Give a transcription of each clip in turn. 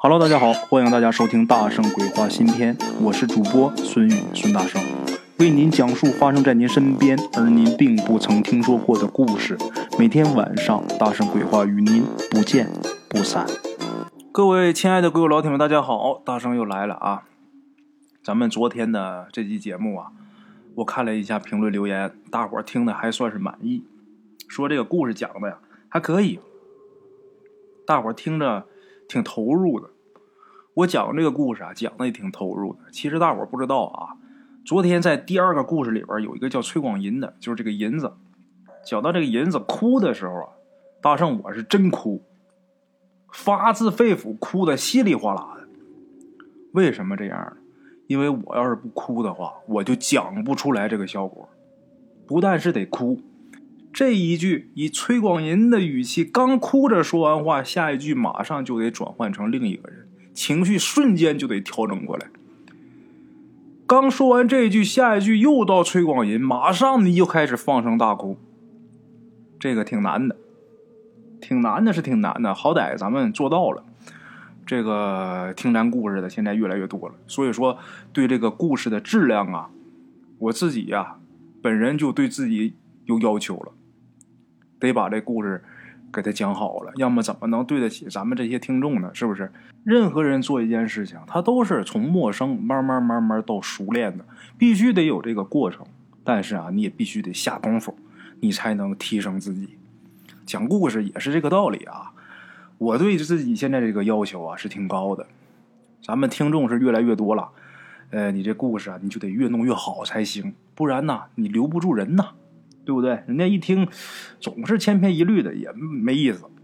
Hello， 大家好，欢迎大家收听大圣鬼话新篇，我是主播孙宇，孙大圣，为您讲述发生在您身边而您并不曾听说过的故事。每天晚上大圣鬼话与您不见不散。各位亲爱的鬼友老铁们，大家好，大圣又来了啊！咱们昨天的这期节目啊，我看了一下评论留言，大伙儿听的还算是满意，说这个故事讲的呀还可以，大伙儿听着挺投入的。我讲这个故事啊，讲的也挺投入的。其实大伙儿不知道啊，昨天在第二个故事里边有一个叫崔广银的，就是这个银子。讲到这个银子哭的时候啊，大圣我是真哭，发自肺腑哭的稀里哗啦的。为什么这样呢？因为我要是不哭的话，我就讲不出来这个效果。不但是得哭，这一句以崔广银的语气刚哭着说完话，下一句马上就得转换成另一个人，情绪瞬间就得调整过来。刚说完这一句，下一句又到崔广银，马上你就开始放声大哭。这个挺难的，挺难的是挺难的，好歹咱们做到了。这个听咱故事的现在越来越多了，所以说对这个故事的质量啊，我自己呀，本人就对自己有要求了，得把这故事给他讲好了，要么怎么能对得起咱们这些听众呢？是不是？任何人做一件事情，他都是从陌生慢慢到熟练的，必须得有这个过程。但是啊，你也必须得下功夫，你才能提升自己。讲故事也是这个道理啊。我对自己现在这个要求啊是挺高的。咱们听众是越来越多了，你这故事啊，你就得越弄越好才行，不然呢，你留不住人呐。对不对？人家一听总是千篇一律的，也没意思。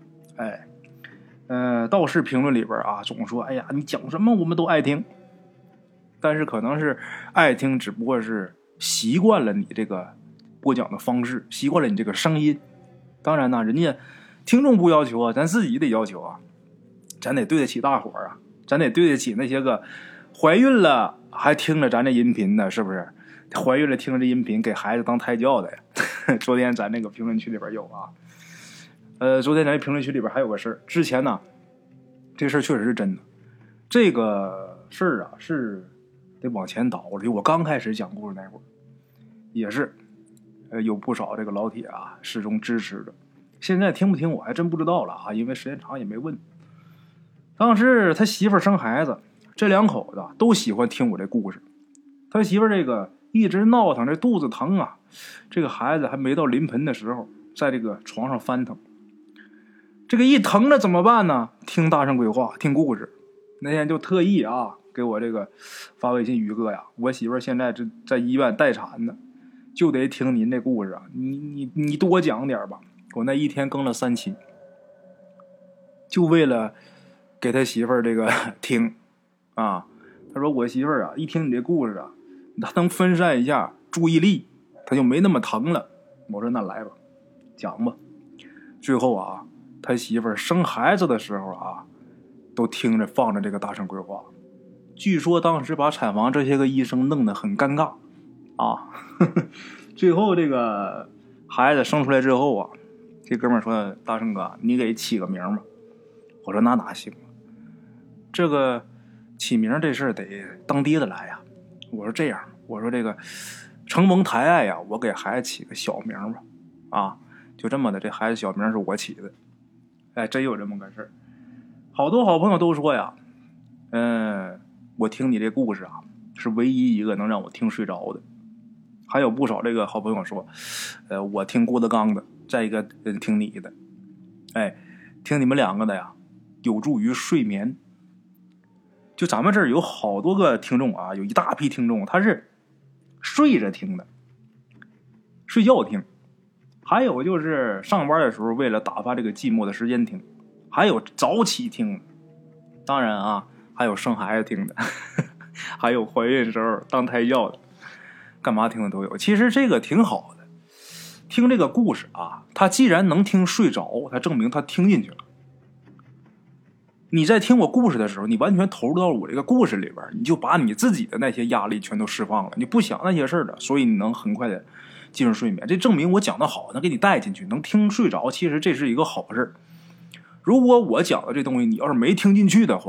倒是评论里边啊，总说哎呀，你讲什么我们都爱听。但是可能是爱听，只不过是习惯了你这个播讲的方式，习惯了你这个声音。当然呢，人家听众不要求啊，咱自己得要求啊，咱得对得起大伙儿啊，咱得对得起那些个怀孕了还听着咱这音频的，是不是？怀孕了听着这音频给孩子当胎教的呀。昨天咱那个评论区里边有啊，昨天咱评论区里边还有个事儿，之前呢这个事儿确实是真的，这个事儿啊是得往前倒了，就我刚开始讲故事那会儿也是有不少这个老铁啊始终支持的，现在听不听我还真不知道了啊，因为时间长也没问。当时他媳妇儿生孩子，这两口子都喜欢听我这故事，他媳妇儿这个一直闹腾，这肚子疼啊，这个孩子还没到临盆的时候，在这个床上翻腾，这个一疼着怎么办呢？听大圣鬼话，听故事。那天就特意啊给我这个发微信，宇哥呀，我媳妇儿现在这在医院待产呢，就得听您这故事啊，你多讲点吧。我那一天更了3期，就为了给他媳妇儿这个听啊。他说我媳妇儿啊，一听你这故事啊，他能分散一下注意力，他就没那么疼了。我说那来吧，讲吧。最后啊，他媳妇儿生孩子的时候啊，都听着放着这个大圣鬼话。据说当时把产房这些个医生弄得很尴尬啊。最后这个孩子生出来之后啊，这哥们儿说大圣哥，你给起个名吧。我说那哪行啊，这个起名这事儿得当爹的来呀。我说这样，我说这个承蒙抬爱呀，我给孩子起个小名吧。啊，就这么的，这孩子小名是我起的。哎，真有这么个事儿。好多好朋友都说呀，我听你这故事啊，是唯一一个能让我听睡着的。还有不少这个好朋友说，我听郭德纲的，再一个听你的，听你们两个的呀，有助于睡眠。就咱们这儿有好多个听众啊，有一大批听众他是睡着听的，睡觉听，还有就是上班的时候为了打发这个寂寞的时间听，还有早起听的，当然啊还有生孩子听的还有怀孕时候当胎教的，干嘛听的都有。其实这个挺好的，听这个故事啊，他既然能听睡着，他证明他听进去了。你在听我故事的时候，你完全投入到我这个故事里边，你就把你自己的那些压力全都释放了，你不想那些事儿了，所以你能很快的进入睡眠。这证明我讲的好，能给你带进去，能听睡着，其实这是一个好事。如果我讲的这东西你要是没听进去的话，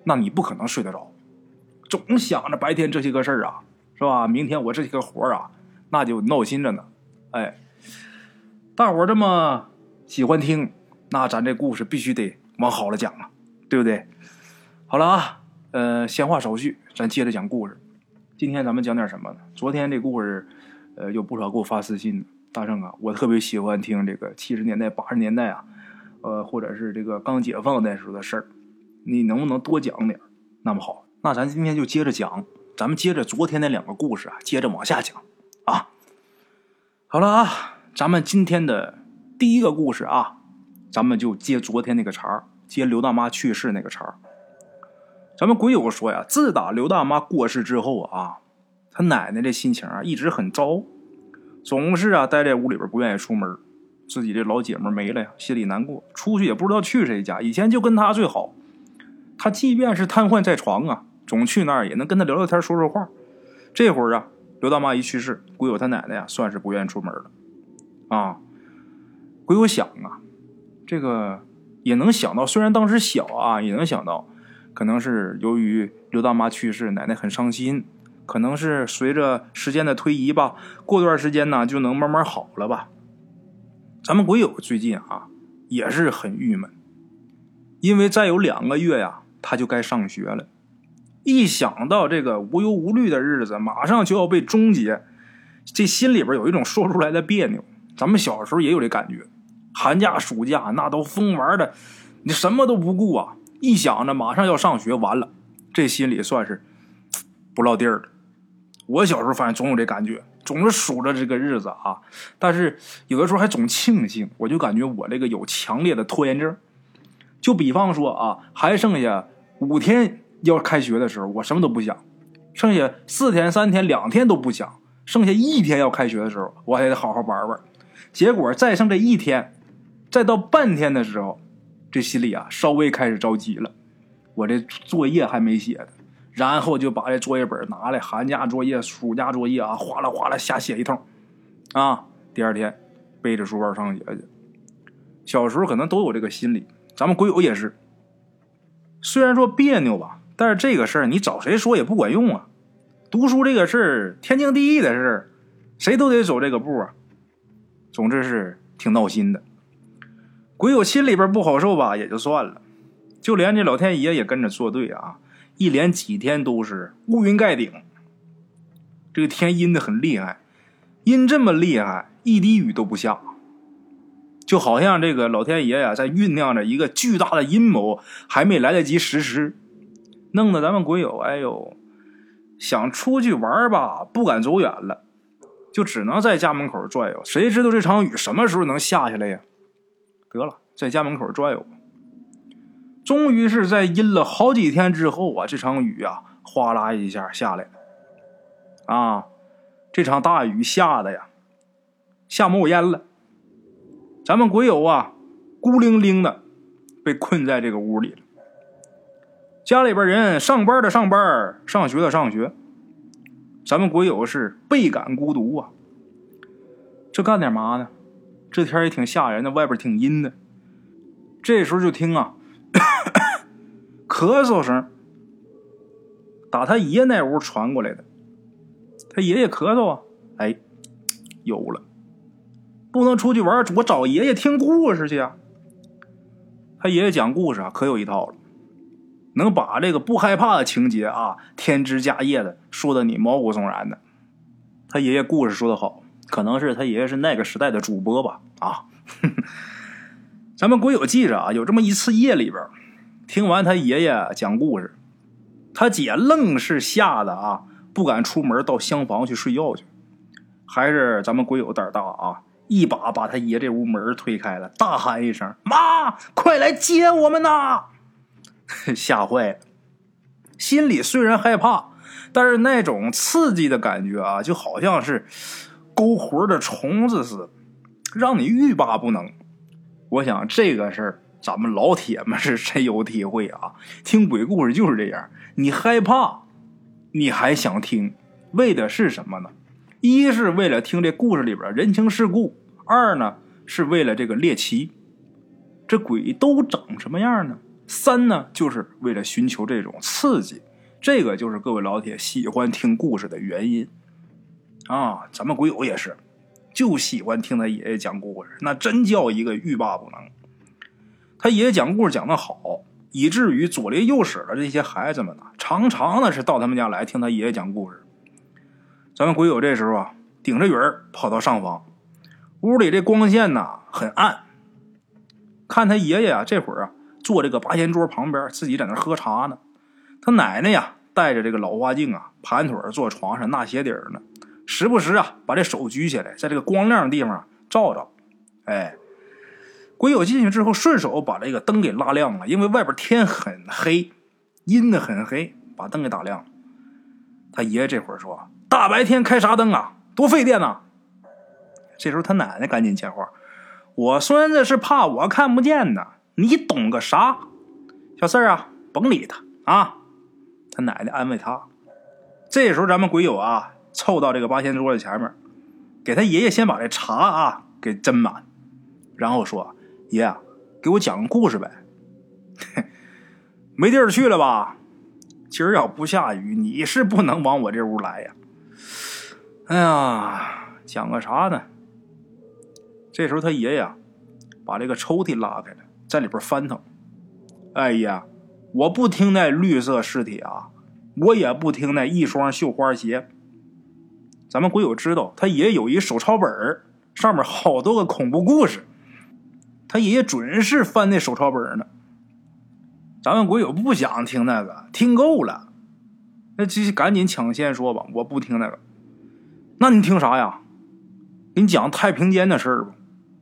那你不可能睡得着，总想着白天这些个事儿啊，是吧？明天我这些个活儿啊，那就闹心着呢。哎，大伙儿这么喜欢听，那咱这故事必须得往好了讲啊，对不对？好了啊，闲话少叙，咱接着讲故事。今天咱们讲点什么呢？昨天这故事，有不少给我发私信，大圣啊，我特别喜欢听这个70年代、80年代啊，或者是这个刚解放那时候的事儿，你能不能多讲点？那么好，那咱今天就接着讲，咱们接着昨天那2个故事啊，接着往下讲啊。好了啊，咱们今天的第一个故事啊，咱们就接昨天那个茬，接刘大妈去世那个茬。咱们鬼友说呀，自打刘大妈过世之后啊，他奶奶这心情啊一直很糟，总是啊待在屋里边不愿意出门，自己这老姐们没了呀，心里难过，出去也不知道去谁家。以前就跟他最好，他即便是瘫痪在床啊，总去那儿也能跟他聊聊天说说话。这会儿啊，刘大妈一去世，鬼友他奶奶呀算是不愿意出门了啊。鬼友想啊，这个也能想到，虽然当时小啊，也能想到可能是由于刘大妈去世，奶奶很伤心，可能是随着时间的推移吧，过段时间呢就能慢慢好了吧。咱们鬼友最近啊也是很郁闷，因为再有2个月呀他就该上学了，一想到这个无忧无虑的日子马上就要被终结，这心里边有一种说出来的别扭。咱们小时候也有这感觉，寒假暑假那都疯玩的，你什么都不顾啊，一想着马上要上学，完了这心里算是不落地儿了。我小时候反正总有这感觉，总是数着这个日子啊，但是有的时候还总庆幸，我就感觉我这个有强烈的拖延症。就比方说啊，还剩下5天要开学的时候，我什么都不想，剩下4天、3天、2天都不想，剩下1天要开学的时候，我还得好好玩玩。结果再剩这1天，再到半天的时候，这心里啊稍微开始着急了，我这作业还没写呢，然后就把这作业本拿来，寒假作业、暑假作业啊，哗啦哗啦瞎写一通啊。第2天背着书包上学去。小时候可能都有这个心理，咱们鬼友也是。虽然说别扭吧，但是这个事儿你找谁说也不管用啊。读书这个事儿天经地义的事儿，谁都得走这个步啊。总之是挺闹心的。鬼友心里边不好受吧也就算了，就连这老天爷也跟着作对啊，一连几天都是乌云盖顶，这个天阴得很厉害，阴这么厉害一滴雨都不下，就好像这个老天爷呀在酝酿着一个巨大的阴谋，还没来得及实施，弄得咱们鬼友哎呦想出去玩吧不敢走远了，就只能在家门口转悠。谁知道这场雨什么时候能下下来呀？得了，在家门口转悠。终于是在阴了好几天之后啊，这场雨啊哗啦一下下来了啊！这场大雨下的呀下冒烟了。咱们鬼友啊孤零零的被困在这个屋里了。家里边人上班的上班，上学的上学，咱们鬼友是倍感孤独啊。这干点嘛呢？这天也挺吓人的，外边挺阴的。这时候就听啊咳嗽声，打他爷那屋传过来的。他爷爷咳嗽啊，哎，有了，不能出去玩，我找爷爷听故事去啊。他爷爷讲故事啊可有一套了，能把这个不害怕的情节啊添枝加叶的说的你毛骨悚然的。他爷爷故事说得好，可能是他爷爷是那个时代的主播吧啊。咱们鬼友记着啊，有这么一次夜里边，听完他爷爷讲故事，他姐愣是吓得啊不敢出门到厢房去睡觉去。还是咱们鬼友胆大啊，一把把他爷这屋门推开了，大喊一声：妈，快来接我们呐！吓坏了。心里虽然害怕，但是那种刺激的感觉啊，就好像是勾魂的虫子似的，让你欲罢不能。我想这个事儿咱们老铁们是深有体会啊，听鬼故事就是这样，你害怕你还想听，为的是什么呢？一是为了听这故事里边人情世故，二呢是为了这个猎奇，这鬼都长什么样呢？ 3呢，就是为了寻求这种刺激。这个就是各位老铁喜欢听故事的原因啊。咱们鬼友也是，就喜欢听他爷爷讲故事，那真叫一个欲罢不能。他爷爷讲故事讲得好，以至于左邻右舍的这些孩子们呢，常常的是到他们家来听他爷爷讲故事。咱们鬼友这时候啊，顶着雨儿跑到上房，屋里这光线呢很暗，看他爷爷啊这会儿啊坐这个八仙桌旁边，自己在那喝茶呢。他奶奶呀戴着这个老花镜啊，盘腿坐床上纳鞋底呢，时不时啊把这手举起来，在这个光亮的地方照照。鬼友进去之后，顺手把这个灯给拉亮了，因为外边天很黑，阴得很黑，把灯给打亮了。他爷爷这会儿说：“大白天开啥灯啊，多费电呐！”这时候他奶奶赶紧接话：“我孙子是怕我看不见呢，你懂个啥？小四儿啊，甭理他啊。”他奶奶安慰他。这时候咱们鬼友啊，凑到这个八仙桌的前面，给他爷爷先把这茶啊给斟满，然后说：“爷，给我讲个故事呗。”没地儿去了吧？今儿要不下雨，你是不能往我这屋来呀。哎呀，讲个啥呢？这时候他爷爷把这个抽屉拉开了，在里边翻腾。哎呀，我不听那绿色尸体啊，我也不听那一双绣花鞋。咱们鬼友知道他爷爷有一手抄本，上面好多个恐怖故事，他爷爷准是翻那手抄本呢。咱们鬼友不想听那个，听够了，那就赶紧抢先说吧，我不听那个。那你听啥呀？给你讲太平间的事儿吧。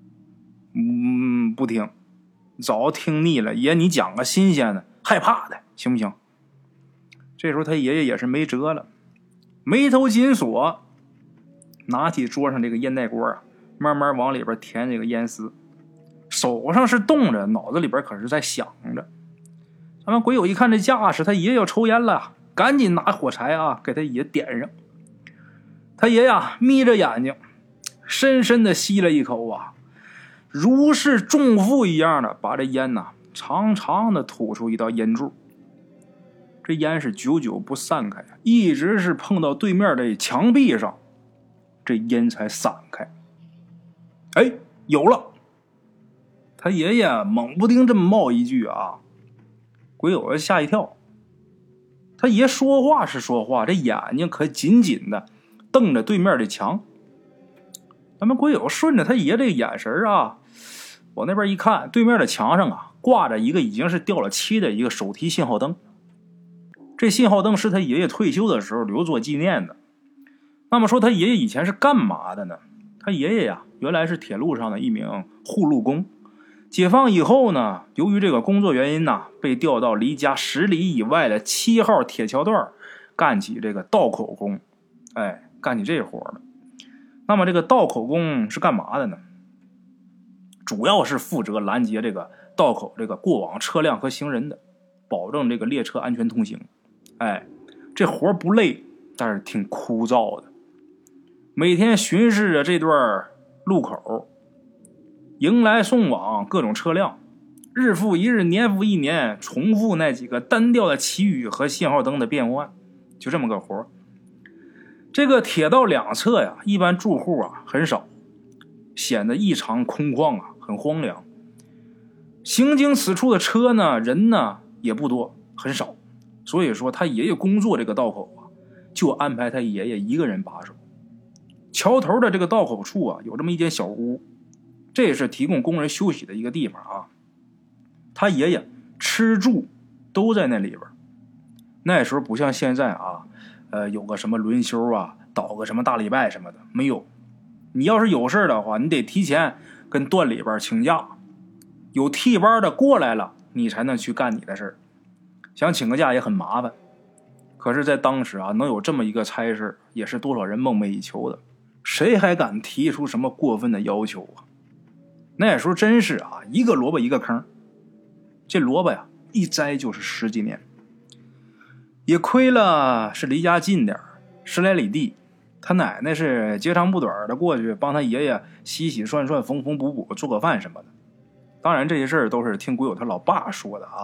不听，早听腻了。爷，你讲个新鲜的，害怕的，行不行？这时候他爷爷也是没辙了，眉头紧锁，拿起桌上这个烟袋锅啊，慢慢往里边填这个烟丝，手上是动着，脑子里边可是在想着。咱们鬼友一看这架势，他爷爷要抽烟了，赶紧拿火柴啊给他爷点上。他爷呀眯着眼睛，深深的吸了一口啊，如释重负一样的把这烟呐长长的吐出一道烟柱。这烟是久久不散开，一直是碰到对面的墙壁上，这烟才散开。哎，有了！他爷爷猛不丁这么冒一句啊，鬼友吓一跳。他爷说话是说话，这眼睛可紧紧的瞪着对面的墙。咱们鬼友顺着他爷这个眼神啊，往那边一看，对面的墙上啊挂着一个已经是掉了漆的一个手提信号灯。这信号灯是他爷爷退休的时候留作纪念的。那么说他爷爷以前是干嘛的呢？他爷爷呀原来是铁路上的一名护路工，解放以后呢，由于这个工作原因呢，被调到离家10里以外的7号铁桥段干起这个道口工。干起这活了。那么这个道口工是干嘛的呢？主要是负责拦截这个道口这个过往车辆和行人的，保证这个列车安全通行。这活不累，但是挺枯燥的。每天巡视着这段路口，迎来送往各种车辆，日复一日，年复一年，重复那几个单调的旗语和信号灯的变换，就这么个活。这个铁道两侧呀，一般住户啊很少，显得异常空旷啊，很荒凉。行经此处的车呢，人呢也不多，很少。所以说他爷爷工作这个道口啊，就安排他爷爷一个人把守。桥头的这个道口处啊，有这么一间小屋，这也是提供工人休息的一个地方啊。他爷爷吃住都在那里边。那时候不像现在啊，有个什么轮休啊，倒个什么大礼拜什么的，没有。你要是有事的话，你得提前跟段里边请假，有替班的过来了，你才能去干你的事儿。想请个假也很麻烦。可是在当时啊，能有这么一个差事，也是多少人梦寐以求的。谁还敢提出什么过分的要求啊？那时候真是啊，一个萝卜一个坑。这萝卜呀，一摘就是10几年。也亏了是离家近点，10来里地。他奶奶是截长补短的过去帮他爷爷洗洗涮涮、缝缝补补、做个饭什么的。当然这些事儿都是听鬼友他老爸说的啊，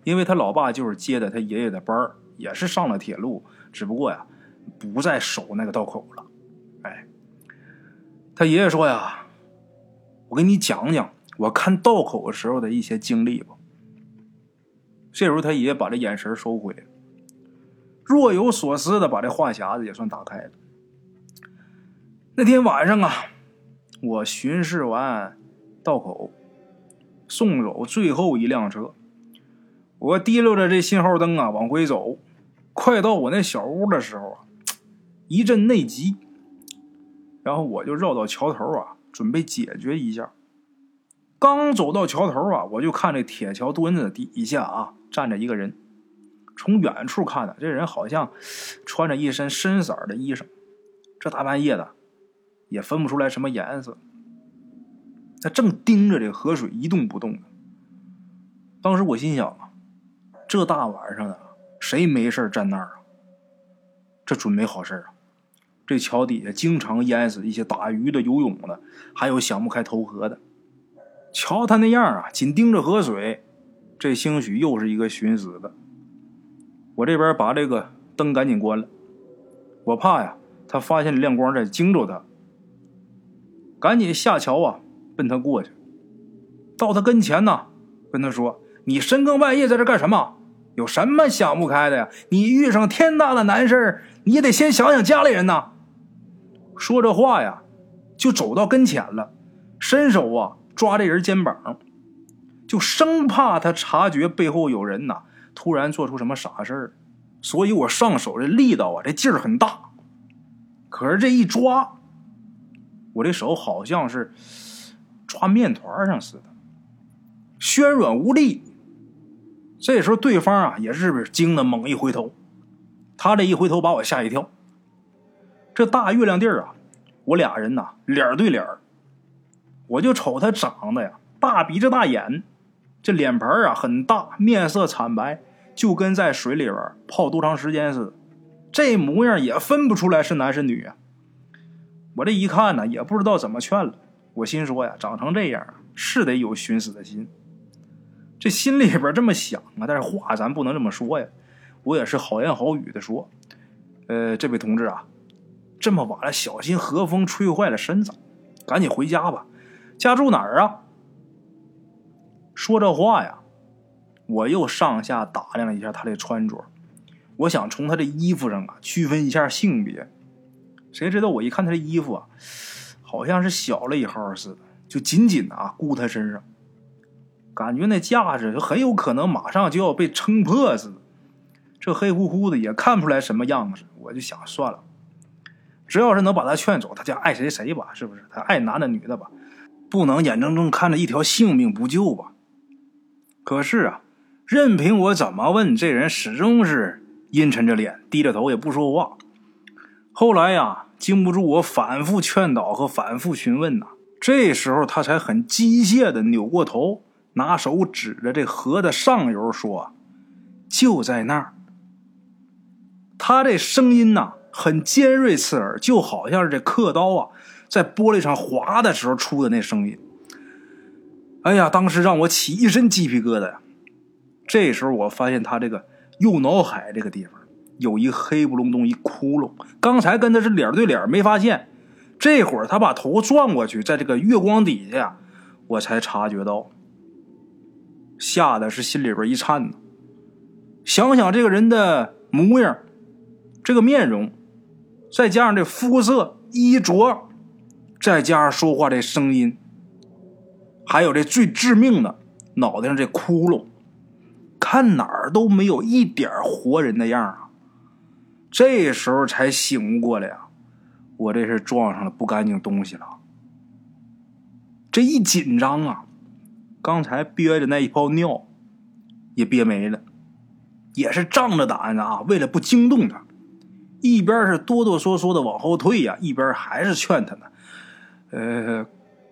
因为他老爸就是接的他爷爷的班儿，也是上了铁路，只不过呀不再守那个道口了。哎，他爷爷说呀，我给你讲讲我看道口时候的一些经历吧。这时候他爷爷把这眼神收回了，若有所思的把这话匣子也算打开了。那天晚上啊，我巡视完道口，送走最后一辆车，我提溜着这信号灯啊往回走。快到我那小屋的时候啊，一阵内急，然后我就绕到桥头啊，准备解决一下。刚走到桥头啊，我就看这铁桥墩子底下啊站着一个人。从远处看呢，这人好像穿着一身深色的衣裳，这大半夜的也分不出来什么颜色。他正盯着这个河水一动不动的。当时我心想啊，这大晚上的谁没事站那儿啊？这准没好事啊！这桥底下经常淹死一些打鱼的、游泳的，还有想不开投河的。瞧他那样啊，紧盯着河水，这兴许又是一个寻死的。我这边把这个灯赶紧关了，我怕呀他发现亮光在惊着他。赶紧下桥啊，奔他过去。到他跟前呢，跟他说，你深更半夜在这干什么？有什么想不开的呀？你遇上天大的难事，你也得先想想家里人呐。说这话呀，就走到跟前了，伸手啊抓这人肩膀，就生怕他察觉背后有人呐，突然做出什么傻事儿。所以我上手这力道啊，这劲儿很大。可是这一抓，我这手好像是抓面团上似的，暄软无力。这时候对方啊也是惊得猛一回头，他这一回头把我吓一跳。这大月亮地儿啊，我俩人呐脸对脸，我就瞅他长得呀大鼻子大眼，这脸盘啊很大，面色惨白，就跟在水里边泡多长时间似的。这模样也分不出来是男是女啊。我这一看呢，也不知道怎么劝了。我心说呀，长成这样是得有寻死的心。这心里边这么想啊，但是话咱不能这么说呀。我也是好言好语的说，这位同志啊，这么晚了，小心和风吹坏了身子，赶紧回家吧。家住哪儿啊？说这话呀，我又上下打量了一下他这穿着，我想从他这衣服上啊区分一下性别。谁知道我一看他这衣服啊，好像是小了一号似的，就紧紧的啊箍他身上，感觉那架势就很有可能马上就要被撑破似的。这黑乎乎的也看不出来什么样子，我就想算了，只要是能把他劝走，他就爱谁谁吧，是不是？他爱男的女的吧，不能眼睁睁看着一条性命不救吧。可是啊，任凭我怎么问，这人始终是阴沉着脸，低着头也不说话。后来呀，经不住我反复劝导和反复询问呐，这时候他才很机械的扭过头，拿手指着这河的上游说，就在那儿。他这声音呐很尖锐刺耳，就好像是这刻刀啊在玻璃上划的时候出的那声音。哎呀，当时让我起一身鸡皮疙瘩呀。这时候我发现他这个右脑海这个地方有一黑不隆咚一窟窿，刚才跟他是脸对脸没发现，这会儿他把头转过去，在这个月光底下呀，我才察觉到，吓得是心里边一颤呢。想想这个人的模样，这个面容，再加上这肤色衣着，再加上说话这声音，还有这最致命的脑袋上这窟窿，看哪儿都没有一点活人的样啊。这时候才醒过来呀，我这是撞上了不干净东西了。这一紧张啊，刚才憋着那一泡尿也憋没了，也是仗着胆子啊，为了不惊动他，一边是哆哆嗦嗦的往后退呀，一边还是劝他呢，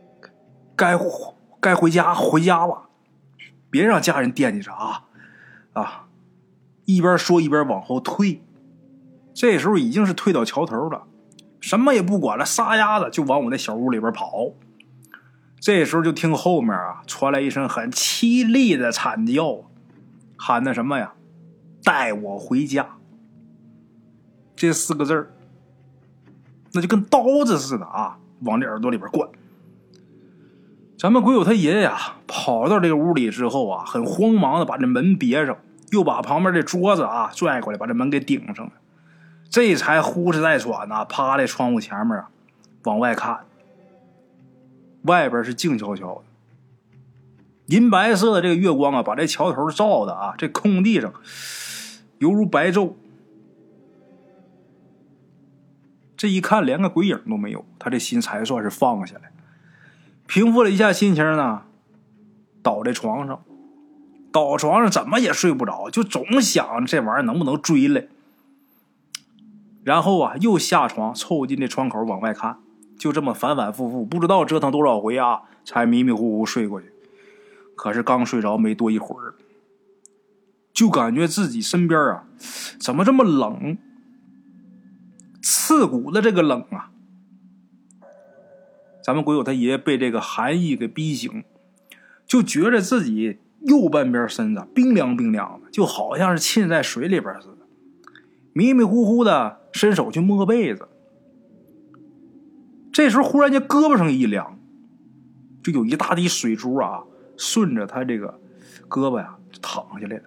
该回家吧，别让家人惦记着啊！一边说一边往后退。这时候已经是退到桥头了，什么也不管了，撒丫子就往我那小屋里边跑。这时候就听后面啊传来一声很凄厉的惨叫， 喊的什么呀？带我回家。这4个字儿，那就跟刀子似的啊，往这耳朵里边灌。咱们鬼友他爷爷呀，跑到这个屋里之后啊，很慌忙的把这门别上，又把旁边这桌子啊拽过来，把这门给顶上了。这才呼哧带喘啊，趴在窗户前面啊，往外看。外边是静悄悄的，银白色的这个月光啊，把这桥头照的啊，这空地上犹如白昼。这一看连个鬼影都没有，他这心才算是放下来，平复了一下心情呢，倒在床上怎么也睡不着，就总想这玩意儿能不能追来。然后啊，又下床凑近这窗口往外看，就这么反反复复，不知道折腾多少回啊，才迷迷糊糊睡过去。可是刚睡着没多一会儿，就感觉自己身边啊，怎么这么冷，刺骨的这个冷啊！咱们鬼友他爷爷被这个寒意给逼醒，就觉着自己右半边身子冰凉冰凉的，就好像是浸在水里边似的。迷迷糊糊的伸手去摸被子，这时候忽然间胳膊上一凉，就有一大滴水珠啊顺着他这个胳膊呀就淌下来了。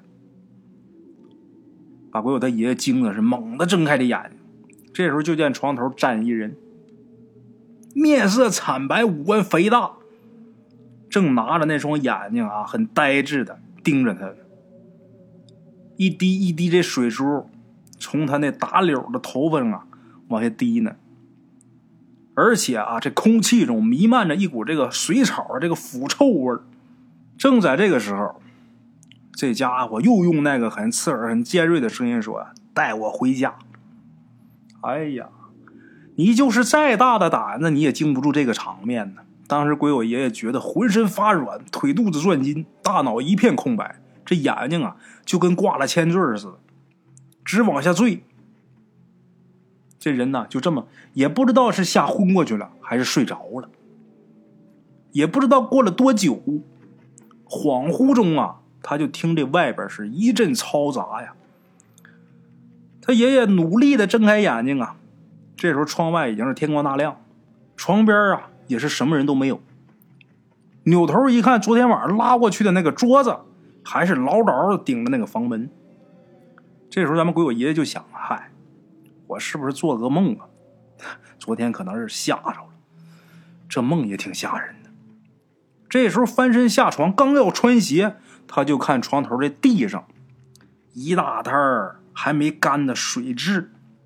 把鬼友他爷爷惊的是猛地睁开这眼睛，这时候就见床头站一人，面色惨白，五官肥大，正拿着那双眼睛啊很呆滞的盯着他，一滴一滴这水珠从他那打绺的头发上啊往下滴呢。而且啊，这空气中弥漫着一股这个水草的这个腐臭味。正在这个时候，这家伙又用那个很刺耳很尖锐的声音说啊，带我回家。哎呀，你就是再大的胆子你也经不住这个场面呢。当时鬼友爷爷觉得浑身发软，腿肚子转筋，大脑一片空白，这眼睛啊就跟挂了铅坠似的，直往下坠。这人呢就这么也不知道是吓昏过去了还是睡着了，也不知道过了多久，恍惚中啊他就听这外边是一阵嘈杂呀。他爷爷努力的睁开眼睛啊，这时候窗外已经是天光大亮，床边啊也是什么人都没有。扭头一看，昨天晚上拉过去的那个桌子还是牢牢的顶着那个房门。这时候咱们鬼友爷爷就想，嗨，我是不是做个梦啊？昨天可能是吓着了，这梦也挺吓人的。这时候翻身下床，刚要穿鞋，他就看床头这地上一大摊还没干的水蛭。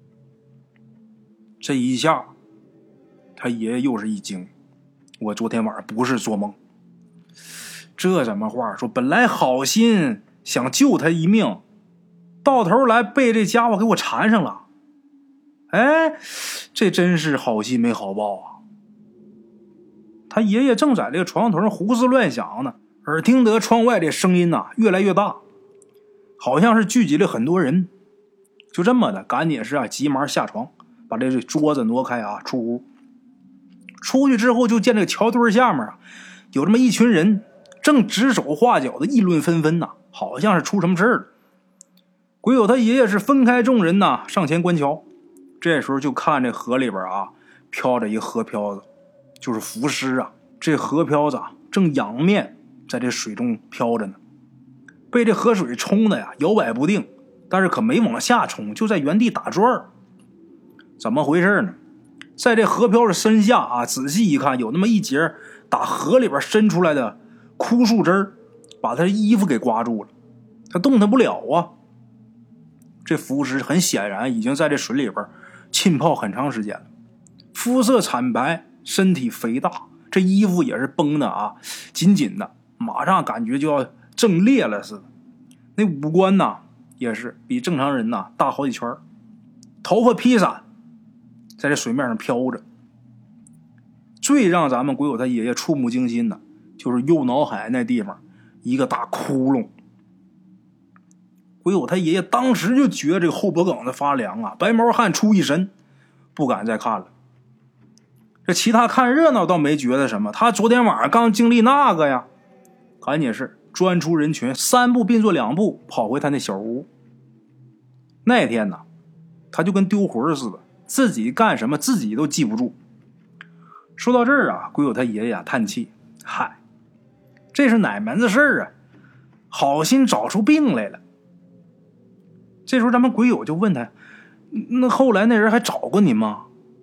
这一下他爷爷又是一惊，我昨天晚上不是做梦。这怎么话说，本来好心想救他一命，到头来被这家伙给我缠上了。哎，这真是好心没好报啊。他爷爷正在这个床头上胡思乱想呢，耳听得窗外这声音啊越来越大，好像是聚集了很多人。就这么的赶紧是急忙下床，把这桌子挪开啊，出屋。出去之后就见这个桥墩下面啊有这么一群人正指手画脚的议论纷纷呐，好像是出什么事儿了。鬼友他爷爷是分开众人呐上前观瞧，这时候就看这河里边啊飘着一个河漂子，就是浮尸啊。这河漂子正仰面在这水中飘着呢，被这河水冲的呀摇摆不定，但是可没往下冲，就在原地打转。怎么回事呢？在这河漂的身下啊，仔细一看，有那么一截打河里边伸出来的枯树枝，把他的衣服给刮住了，他动弹不了啊。这浮尸很显然已经在这水里边浸泡很长时间了，肤色惨白，身体肥大，这衣服也是绷的啊紧紧的，马上感觉就要挣裂了似的。那五官呢也是比正常人呢大好几圈，头发披散在这水面上飘着。最让咱们鬼友他爷爷触目惊心的就是右脑海那地方一个大窟窿。鬼友他爷爷当时就觉得这个后脖梗子发凉啊，白毛汗出一身，不敢再看了。这其他看热闹倒没觉得什么，他昨天晚上刚经历那个呀，赶紧是钻出人群，3步并作2步跑回他那小屋。那天呢，他就跟丢魂似的，自己干什么自己都记不住。说到这儿啊，鬼友他爷爷叹气，嗨，这是哪门子事儿啊？好心找出病来了。这时候咱们鬼友就问他，那后来那人还找过你吗？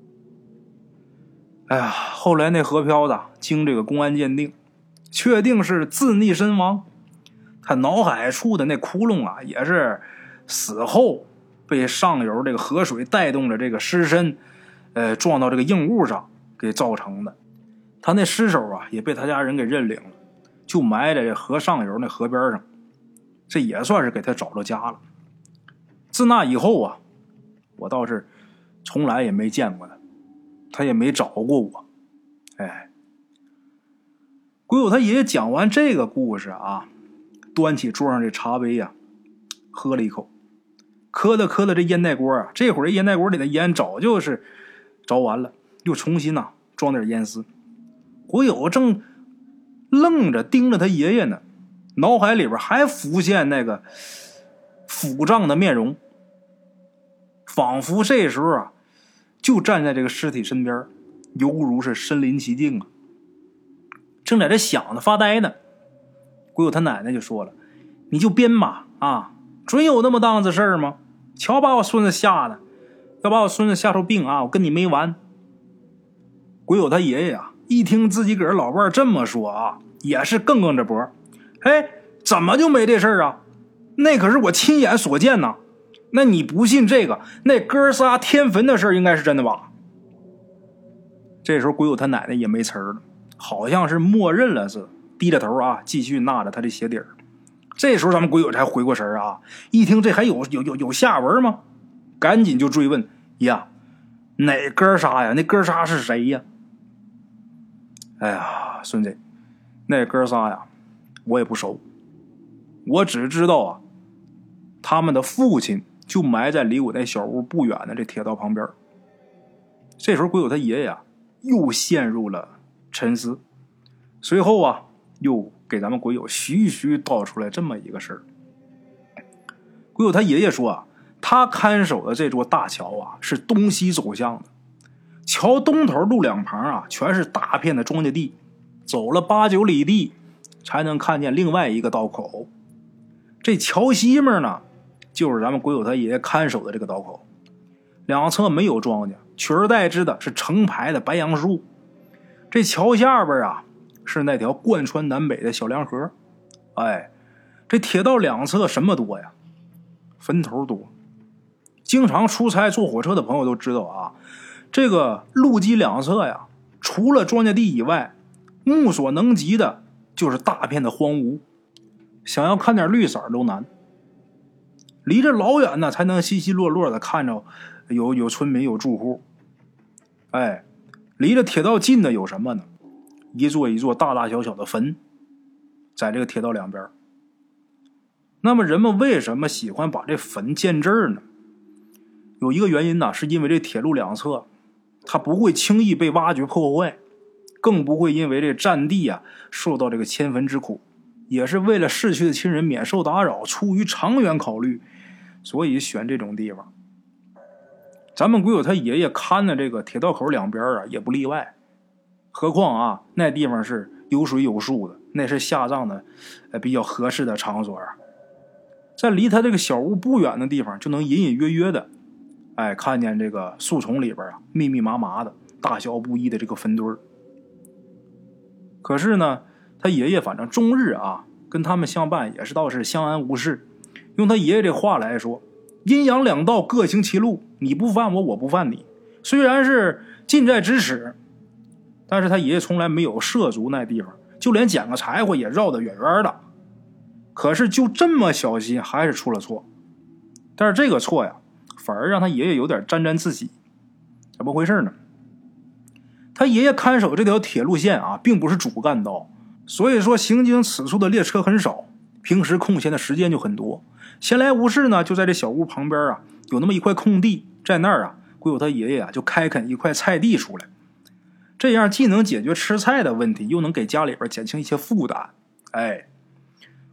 哎呀，后来那河漂子经这个公安鉴定，确定是自溺身亡。他脑海处的那窟窿啊，也是死后被上游这个河水带动着这个尸身撞到这个硬物上给造成的。他那尸首啊也被他家人给认领了，就埋在这河上游那河边上，这也算是给他找着家了。自那以后啊，我倒是从来也没见过他，他也没找过我。哎，鬼友他爷爷讲完这个故事啊，端起桌上这茶杯啊，喝了一口，磕了这烟袋锅啊，这会儿烟袋锅里的烟早就是着完了，又重新装点烟丝。鬼友正愣着盯着他爷爷呢，脑海里边还浮现那个腐胀的面容，仿佛这时候啊就站在这个尸体身边，犹如是身临其境啊。正在这想着发呆呢，鬼友他奶奶就说了，你就编吧啊，准有那么档子事儿吗？瞧把我孙子吓的，要把我孙子吓出病啊，我跟你没完。鬼友他爷爷啊一听自己个儿老伴这么说啊，也是更着脖，嘿，怎么就没这事儿啊？那可是我亲眼所见呐。那你不信这个，那哥仨添坟的事儿应该是真的吧？这时候鬼友他奶奶也没词儿了，好像是默认了似的，低着头啊，继续纳着他的鞋底儿。这时候咱们鬼友才回过神啊，一听这还有下文吗？赶紧就追问，呀，哪哥仨呀？那哥仨是谁呀？哎呀，孙子，那哥仨呀，我也不熟，我只知道啊，他们的父亲就埋在离我那小屋不远的这铁道旁边。这时候鬼友他爷爷啊又陷入了沉思，随后啊又给咱们鬼友徐道出来这么一个事儿。鬼友他爷爷说啊，他看守的这座大桥啊是东西走向的，桥东头路两旁啊全是大片的庄稼地，走了8、9里地才能看见另外一个道口。这桥西面呢就是咱们鬼友他爷爷看守的这个道口，两侧没有庄稼，取而代之的是成排的白杨树。这桥下边啊是那条贯穿南北的小凉河。哎，这铁道两侧什么多呀？坟头多。经常出差坐火车的朋友都知道啊，这个路基两侧呀，除了庄稼地以外，目所能及的就是大片的荒芜，想要看点绿色都难。离着老远呢才能稀稀落落的看着有村民有住户。哎，离着铁道近的有什么呢？一座一座大大小小的坟，在这个铁道两边。那么人们为什么喜欢把这坟建这儿呢？有一个原因呢，是因为这铁路两侧它不会轻易被挖掘破坏，更不会因为这占地啊受到这个迁坟之苦，也是为了逝去的亲人免受打扰，出于长远考虑，所以选这种地方。咱们鬼友他爷爷看的这个铁道口两边啊也不例外，何况啊那地方是有水有树的，那是下葬的比较合适的场所啊。在离他这个小屋不远的地方就能隐隐约约的看见这个树丛里边啊密密麻麻的大小不一的这个坟堆儿。可是呢他爷爷反正终日啊跟他们相伴也是倒是相安无事。用他爷爷这话来说，阴阳两道各行其路，你不犯我，我不犯你，虽然是近在咫尺，但是他爷爷从来没有涉足那地方，就连捡个柴火也绕得远远的。可是就这么小心还是出了错。但是这个错呀反而让他爷爷有点沾自喜。怎么回事呢？他爷爷看守这条铁路线啊并不是主干道，所以说行经此处的列车很少，平时空闲的时间就很多。闲来无事呢，就在这小屋旁边啊有那么一块空地，在那儿啊鬼友他爷爷啊就开垦一块菜地出来，这样既能解决吃菜的问题，又能给家里边减轻一些负担。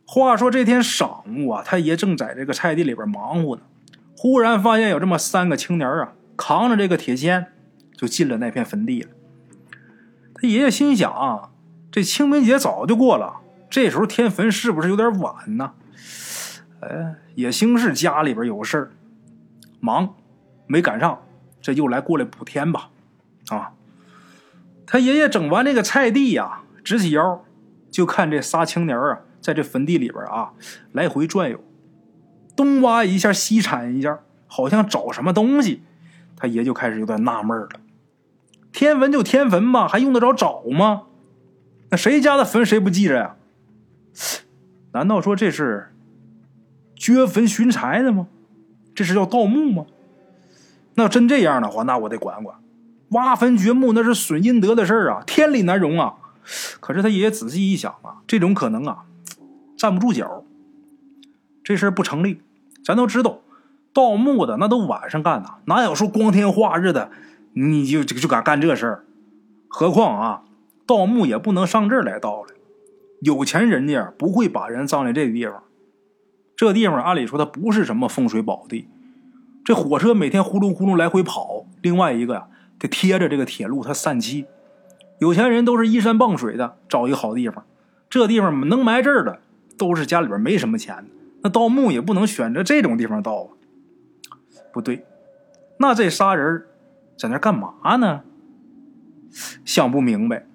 话说这天晌午啊，他爷正在这个菜地里边忙活呢，忽然发现有这么3个青年啊，扛着这个铁锨就进了那片坟地了。他爷爷心想啊，这清明节早就过了，这时候添坟是不是有点晚呢？也兴是家里边有事儿，忙没赶上，这又来过来补添吧。啊，他爷爷整完这个菜地呀，直起腰就看这仨青年啊，在这坟地里边啊来回转悠，东挖一下西铲一下，好像找什么东西。他爷就开始有点纳闷了，添坟就添坟吧，还用得着找吗？那谁家的坟谁不记着呀？难道说这是掘坟寻财的吗？这是叫盗墓吗？那要真这样的话，那我得管管。挖坟掘墓那是损阴德的事儿啊，天理难容啊。可是他爷爷仔细一想啊，这种可能啊站不住脚，这事儿不成立。咱都知道盗墓的那都晚上干的，哪有说光天化日的你就敢干这事儿？何况啊，盗墓也不能上这儿来盗了。有钱人家不会把人葬在这个地方，这地方按理说它不是什么风水宝地，这火车每天呼噜呼噜来回跑，另外一个呀得贴着这个铁路它散气。有钱人都是依山傍水的，找一个好地方，这地方能埋这儿的都是家里边没什么钱的，那盗墓也不能选择这种地方盗啊。不对，那这仨人在那干嘛呢？想不明白。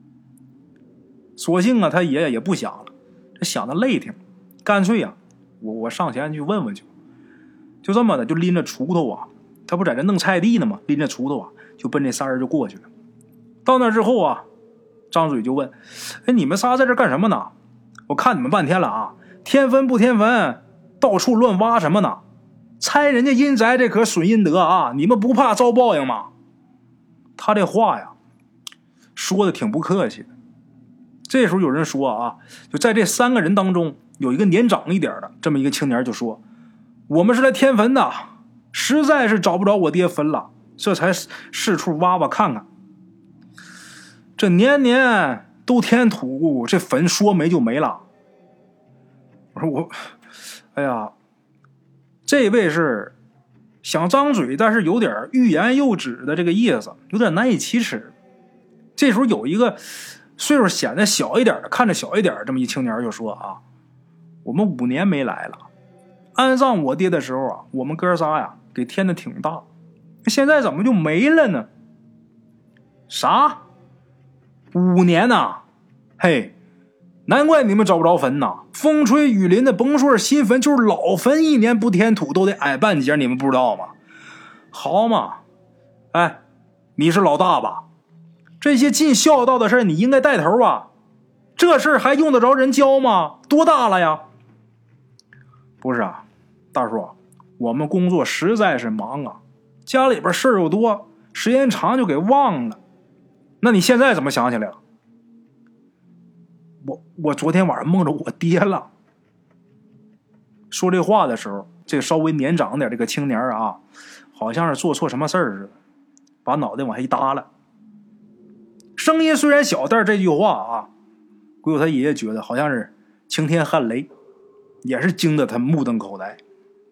索性啊，他爷爷也不想了，这想的累挺，干脆啊，我上前去问问去。就这么的，就拎着锄头啊，他不在这弄菜地呢吗？拎着锄头啊，就奔这仨人就过去了。到那之后啊，张嘴就问：“哎，你们仨在这干什么呢？我看你们半天了啊，添坟不添坟，到处乱挖什么呢？拆人家阴宅，这可损阴德啊！你们不怕遭报应吗？”他这话呀，说的挺不客气的。这时候有人说啊，就在这3个人当中，有一个年长一点的这么一个青年就说：“我们是来添坟的，实在是找不着我爹坟了，这才四处挖挖看看。这年年都添土，这坟说没就没了。”我说哎呀，这位是想张嘴，但是有点欲言又止的这个意思，有点难以启齿。这时候有一个岁数显得小一点的，看着小一点这么一青年就说啊：“我们5年没来了，安葬我爹的时候啊，我们哥仨呀给添的挺大，现在怎么就没了呢？”啥？5年呐？嘿，难怪你们找不着坟呐！风吹雨淋的，甭说是新坟，就是老坟，1年不添土都得矮半截，你们不知道吗？好嘛，哎，你是老大吧？这些尽孝道的事你应该带头吧？这事还用得着人教吗？多大了呀？不是啊，大叔，我们工作实在是忙啊，家里边事儿又多，时间长就给忘了。那你现在怎么想起来了？我昨天晚上梦着我爹了。说这话的时候，这个稍微年长点这个青年啊，好像是做错什么事儿似的，把脑袋往下一耷拉。声音虽然小，但是这句话啊，鬼友他爷爷觉得好像是晴天撼雷，也是惊得他目瞪口呆。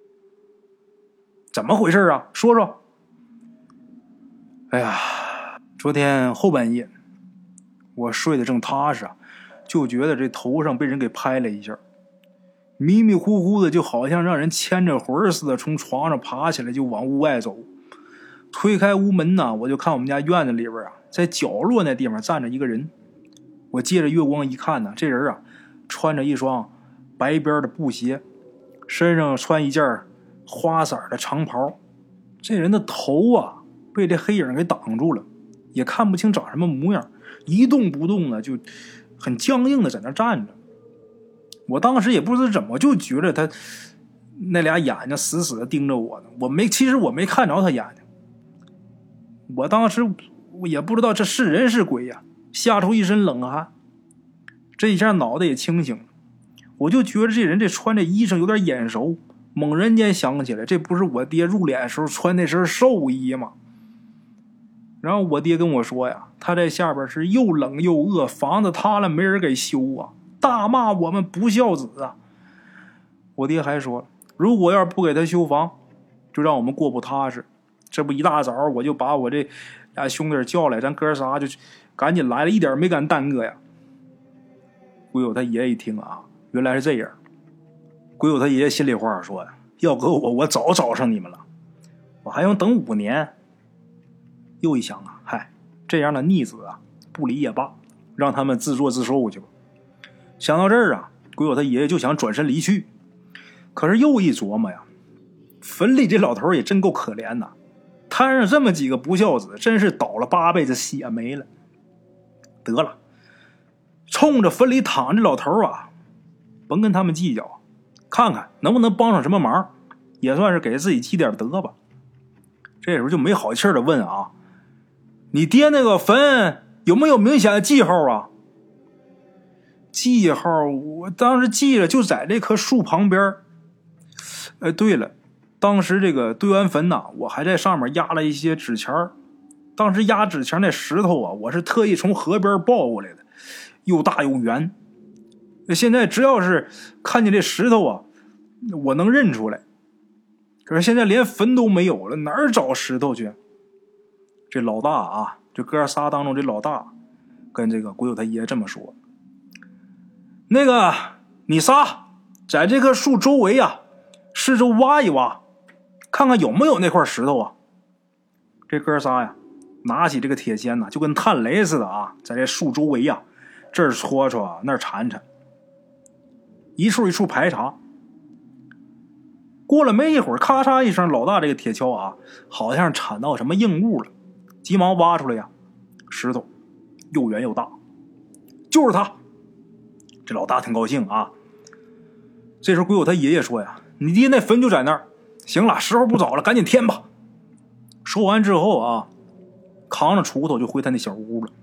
怎么回事啊？说说。哎呀，昨天后半夜我睡得正踏实，就觉得这头上被人给拍了一下，迷迷糊糊的，就好像让人牵着魂似的，从床上爬起来就往屋外走。推开屋门呢，我就看我们家院子里边啊，在角落那地方站着一个人。我借着月光一看呢，这人啊穿着一双白边的布鞋，身上穿一件花色的长袍。这人的头啊被这黑影给挡住了，也看不清长什么模样，一动不动的，就很僵硬的在那站着。我当时也不知道怎么就觉得他那俩眼睛死死的盯着我呢，其实我没看着他眼睛。我当时也不知道这是人是鬼呀，吓出一身冷汗。这一下脑袋也清醒了，我就觉得这人这穿这衣裳有点眼熟，猛然间想起来，这不是我爹入殓时候穿那身寿衣吗？然后我爹跟我说呀，他在下边是又冷又饿，房子塌了没人给修啊， 大骂我们不孝子啊。我爹还说，如果要是不给他修房，就让我们过不踏实。这不一大早我就把我这俩兄弟叫来，咱哥仨就赶紧来了，一点没敢耽搁呀。鬼友他爷爷一听啊，原来是这样。鬼友他爷爷心里话说呀，要搁我早找上你们了，我还用等5年。又一想啊，嗨，这样的逆子啊，不理也罢，让他们自作自受去吧。想到这儿啊，鬼友他爷爷就想转身离去，可是又一琢磨呀，坟里这老头也真够可怜呐，摊上这么几个不孝子，真是倒了8辈子血霉了。得了，冲着坟里躺着老头啊，甭跟他们计较，看看能不能帮上什么忙，也算是给自己积点德吧。这时候就没好气的问啊，你爹那个坟有没有明显的记号啊？记号我当时记了，就在这棵树旁边。对了，当时这个堆完坟呐，我还在上面压了一些纸钱儿。当时压纸钱那石头啊，我是特意从河边抱过来的，又大又圆。现在只要是看见这石头啊，我能认出来。可是现在连坟都没有了，哪儿找石头去？这老大啊，这哥仨当中这老大跟这个鬼友他爷这么说，那个你仨在这棵树周围啊四周挖一挖，看看有没有那块石头啊。这哥仨呀拿起这个铁锨呢，就跟探雷似的啊，在这树周围啊这儿戳戳那儿铲铲，一处一处排查。过了没一会儿，咔嚓一声，老大这个铁锹啊好像铲到什么硬物了，急忙挖出来呀，石头又圆又大，就是他。这老大挺高兴啊。这时候鬼友他爷爷说呀，你爹那坟就在那儿，行了，时候不早了，赶紧填吧。说完之后啊，扛着锄头就回他那小屋了。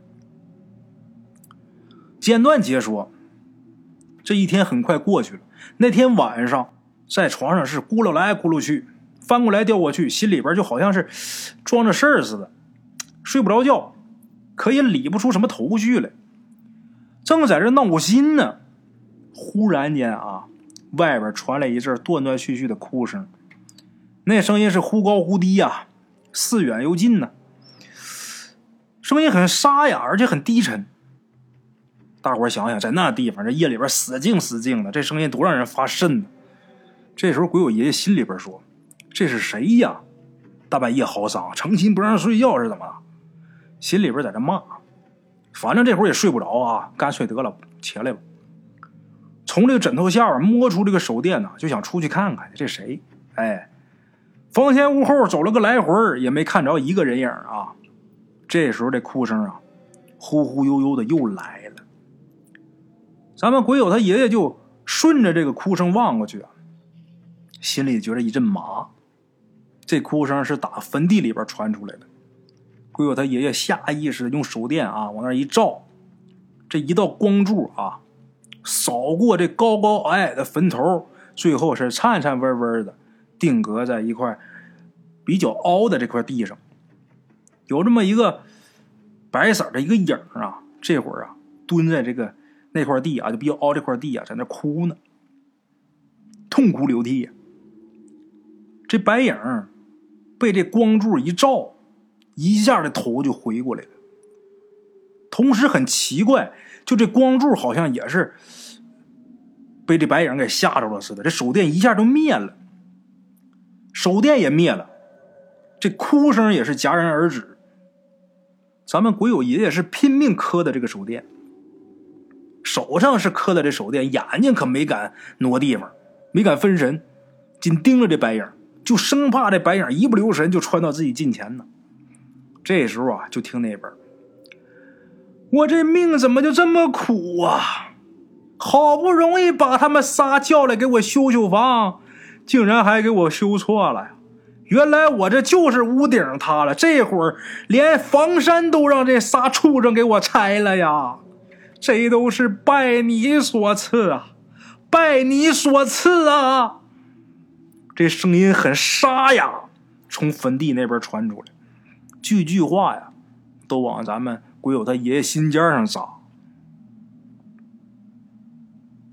简短截说，这一天很快过去了。那天晚上在床上是咕噜来咕噜去，翻过来调过去，心里边就好像是装着事儿似的，睡不着觉，可也理不出什么头绪来。正在这闹心呢，忽然间啊，外边传来一阵断断续续的哭声，那声音是忽高忽低啊，似远又近呢，声音很沙哑，而且很低沉。大伙想想，在那地方这夜里边死静死静的，这声音多让人发瘆呢。这时候鬼友爷爷心里边说，这是谁呀？大半夜嚎丧，成心不让睡觉是怎么了？心里边在这骂，反正这会儿也睡不着啊，干脆得了，起来吧。从这个枕头下边摸出这个手电呢，就想出去看看这谁。房前屋后走了个来回，也没看着一个人影啊。这时候这哭声啊，忽忽悠悠的又来了。咱们鬼友他爷爷就顺着这个哭声望过去啊，心里觉得一阵麻。这哭声是打坟地里边传出来的。鬼友他爷爷下意识的用手电啊往那一照，这一道光柱啊扫过这高高矮矮的坟头，最后是颤颤巍巍的定格在一块比较凹的这块地上，有这么一个白色的一个影啊，这会儿啊蹲在这个那块地啊，就比较凹这块地啊，在那哭呢，痛哭流涕呀。这白影被这光柱一照，一下的头就回过来了。同时很奇怪，就这光柱好像也是被这白影给吓着了似的，这手电一下就灭了，手电也灭了，这哭声也是戛然而止。咱们鬼友爷爷是拼命磕的这个手电，手上是磕的这手电，眼睛可没敢挪地方，没敢分神，紧盯着这白影，就生怕这白影一不留神就穿到自己近前呢。这时候啊，就听那边，我这命怎么就这么苦啊，好不容易把他们仨叫来给我修修房，竟然还给我修错了呀！原来我这就是屋顶塌了，这会儿连房山都让这仨畜生给我拆了呀！这都是拜你所赐啊，拜你所赐啊！这声音很沙哑，从坟地那边传出来，句句话呀都往咱们鬼友他爷爷心尖上扎。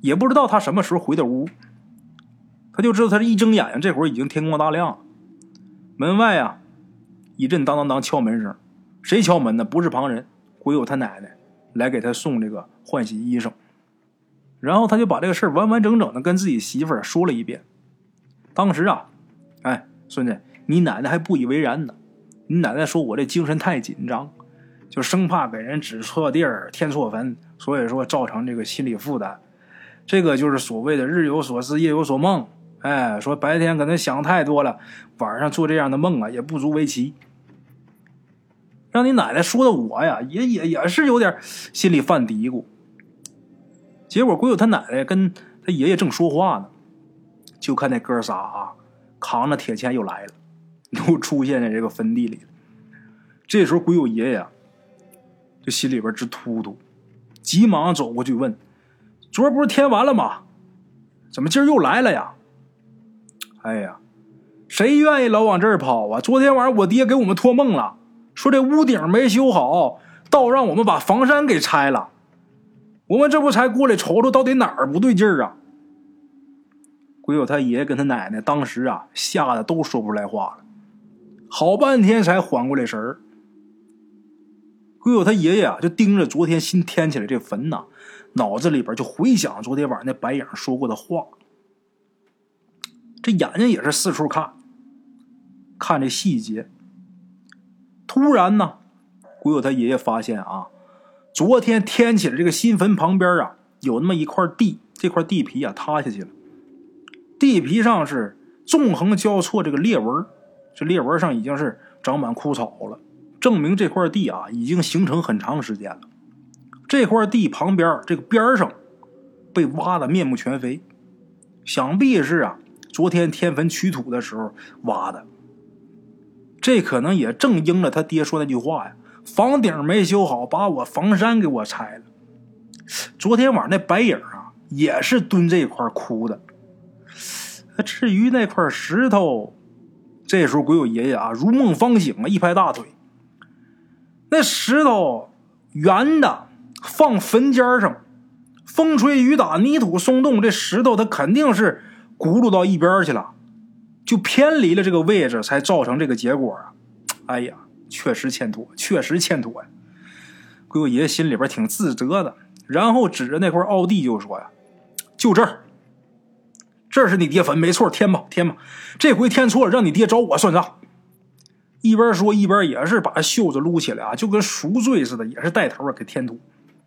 也不知道他什么时候回的屋，他就知道他一睁眼睛，这会儿已经天光大亮了。门外啊，一阵当当当敲门声，谁敲门呢？不是旁人，鬼友他奶奶来给他送这个换洗衣裳。然后他就把这个事儿完完整整的跟自己媳妇儿说了一遍。当时啊，哎，孙子，你奶奶还不以为然呢。你奶奶说我这精神太紧张，就生怕给人指错地儿、添错坟，所以说造成这个心理负担。这个就是所谓的日有所思，夜有所梦。哎，说白天可能想太多了，晚上做这样的梦啊，也不足为奇。让你奶奶说的我呀，也是有点心里犯嘀咕。结果鬼友他奶奶跟他爷爷正说话呢，就看那哥仨啊，扛着铁钳又来了，都出现在这个坟地里了。这时候鬼友爷爷啊，就心里边直突突，急忙走过去问：昨儿不是添完了吗？怎么今儿又来了呀？哎呀，谁愿意老往这儿跑啊？昨天晚上我爹给我们托梦了，说这屋顶没修好，倒让我们把房山给拆了。我们这不才过来瞅瞅到底哪儿不对劲儿啊？鬼友他爷爷跟他奶奶当时啊吓得都说不出来话了，好半天才缓过来神儿。鬼友他爷爷啊就盯着昨天新添起来这坟呐，脑子里边就回想昨天晚上那白影说过的话，这眼睛也是四处看这细节。突然呢，鬼友他爷爷发现啊，昨天添起来这个新坟旁边啊有那么一块地，这块地皮啊塌下去了，地皮上是纵横交错这个裂纹，这裂纹上已经是长满枯草了，证明这块地啊已经形成很长时间了。这块地旁边这个边上被挖得面目全非，想必是啊昨天添坟取土的时候挖的。这可能也正应了他爹说那句话呀，房顶没修好，把我房山给我拆了。昨天晚上那白影啊也是蹲这块哭的。至于那块石头，这时候鬼友爷爷啊如梦方醒啊，一拍大腿，那石头圆的放坟尖上，风吹雨打，泥土松动，这石头它肯定是轱辘到一边去了，就偏离了这个位置，才造成这个结果啊！哎呀，确实欠妥呀！鬼友爷爷心里边挺自责的，然后指着那块凹地就说呀：“就这儿，这是你爹坟，没错，添吧，这回添错了，让你爹找我算账。”一边说一边也是把袖子撸起来啊，就跟赎罪似的，也是带头给添土。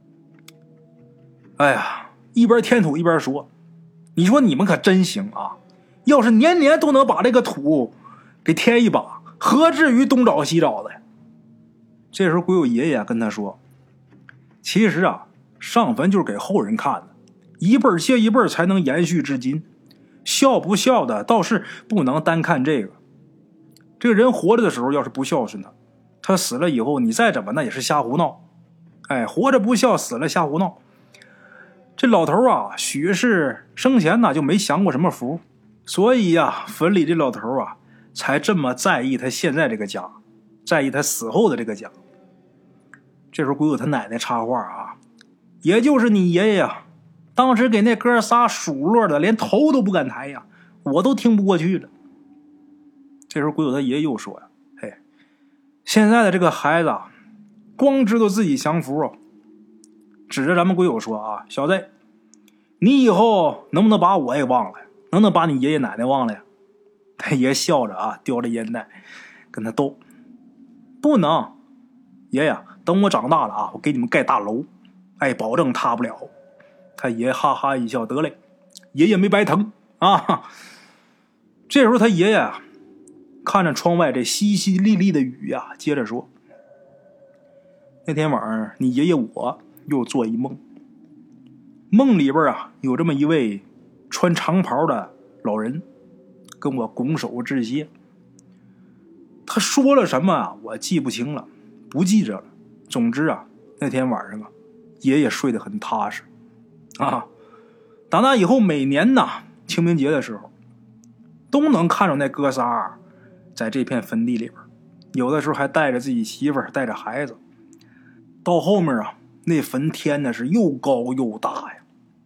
哎呀，一边添土一边说：“你说你们可真行啊！要是年年都能把这个土给添一把，何至于东找西找的？”这时候鬼友爷爷跟他说：“其实啊，上坟就是给后人看的，一辈儿接一辈儿才能延续至今。孝不孝的倒是不能单看这个。这个人活着的时候要是不孝顺他死了以后你再怎么那也是瞎胡闹。哎，活着不孝，死了瞎胡闹。这老头啊，许是生前就没享过什么福，所以呀，坟里这老头啊，才这么在意他现在这个家，在意他死后的这个家。”这时候鬼友他奶奶插话啊：“也就是你爷爷呀，当时给那哥仨数落的连头都不敢抬呀，我都听不过去了。”这时候鬼友他爷爷又说呀：“嘿，现在的这个孩子啊，光知道自己享福啊。”指着咱们鬼友说啊：“小子，你以后能不能把我也忘了？能不能把你爷爷奶奶忘了呀？”他爷笑着啊，叼着烟袋跟他斗：“不能，爷爷，等我长大了啊，我给你们盖大楼，哎，保证塌不了。”他爷哈哈一笑：“得嘞，爷爷没白疼啊。”这时候他爷爷啊，看着窗外这淅淅沥沥的雨呀，接着说：“那天晚上你爷爷我又做一梦，梦里边啊有这么一位穿长袍的老人跟我拱手致谢。他说了什么啊，我记不清了，不记着了。总之啊，那天晚上啊，爷爷睡得很踏实啊。打那以后，每年清明节的时候，都能看着那哥仨在这片坟地里边，有的时候还带着自己媳妇儿，带着孩子。到后面啊，那坟添的是又高又大呀，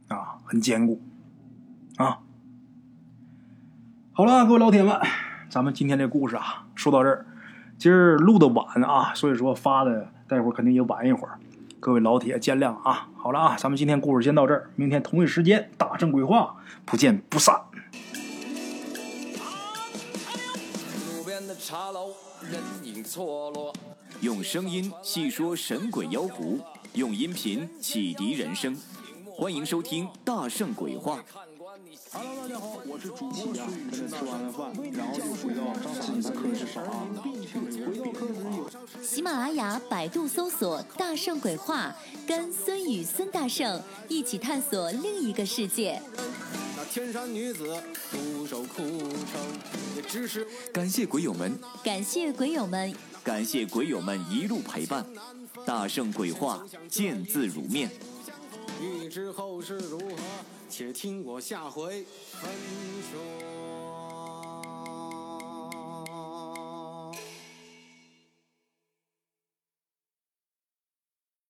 很坚固啊。好了，各位老铁们，咱们今天这故事啊说到这儿。今儿录的晚啊，所以说发的待会儿肯定也晚一会儿，各位老铁见谅啊。好了啊，咱们今天故事先到这儿，明天同一时间大圣鬼话不见不散。 路边的茶楼人影错落， 用声音细说神鬼妖狐，用音频启迪人生。欢迎收听大圣鬼话。 Hello， 大家好，我是主播孙宇。跟着吃完了饭，然后就回到自己的课室上啊。 喜马拉雅、百度搜索“大圣鬼话”，跟孙宇、孙大圣一起探索另一个世界。 那天山女子独守空城，也只是感谢鬼友们， 感谢鬼友们， 感谢鬼友们一路陪伴。大圣鬼话，见字如面。 欲知后事如何，且听我下回分说。